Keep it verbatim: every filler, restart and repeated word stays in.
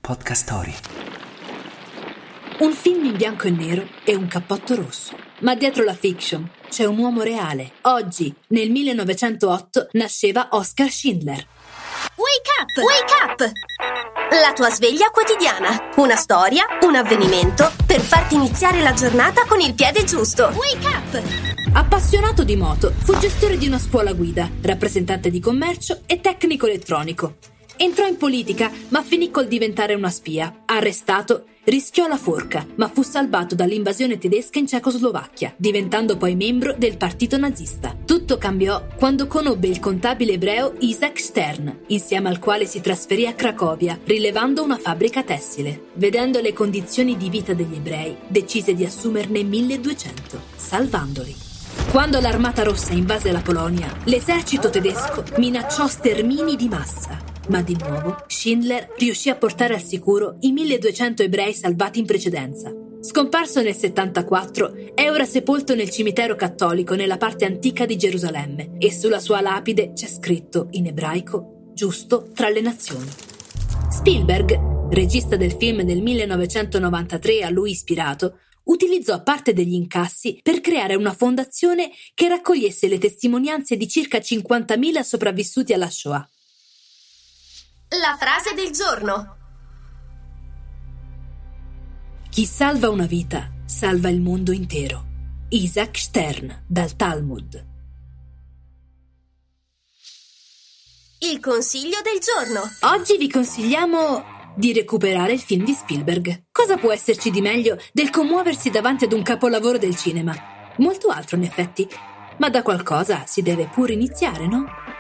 Podcast Story. Un film in bianco e nero e un cappotto rosso. Ma dietro la fiction c'è un uomo reale. Oggi, nel millenovecentootto, nasceva Oskar Schindler. Wake up! Wake up! La tua sveglia quotidiana. Una storia, un avvenimento per farti iniziare la giornata con il piede giusto. Wake up! Appassionato di moto, fu gestore di una scuola guida, rappresentante di commercio e tecnico elettronico. Entrò in politica, ma finì col diventare una spia. Arrestato, rischiò la forca, ma fu salvato dall'invasione tedesca in Cecoslovacchia, diventando poi membro del partito nazista. Tutto cambiò quando conobbe il contabile ebreo Isaac Stern, insieme al quale si trasferì a Cracovia, rilevando una fabbrica tessile. Vedendo le condizioni di vita degli ebrei, decise di assumerne milleduecento, salvandoli. Quando l'Armata Rossa invase la Polonia, l'esercito tedesco minacciò stermini di massa. Ma di nuovo Schindler riuscì a portare al sicuro i milleduecento ebrei salvati in precedenza. Scomparso nel settantaquattro, è ora sepolto nel cimitero cattolico nella parte antica di Gerusalemme e sulla sua lapide c'è scritto in ebraico "Giusto tra le nazioni". Spielberg, regista del film del millenovecentonovantatré a lui ispirato, utilizzò parte degli incassi per creare una fondazione che raccogliesse le testimonianze di circa cinquantamila sopravvissuti alla Shoah. La frase del giorno. Chi salva una vita, salva il mondo intero. Isaac Stern, dal Talmud. Il consiglio del giorno. Oggi vi consigliamo di recuperare il film di Spielberg. Cosa può esserci di meglio del commuoversi davanti ad un capolavoro del cinema? Molto altro, in effetti. Ma da qualcosa si deve pure iniziare, no?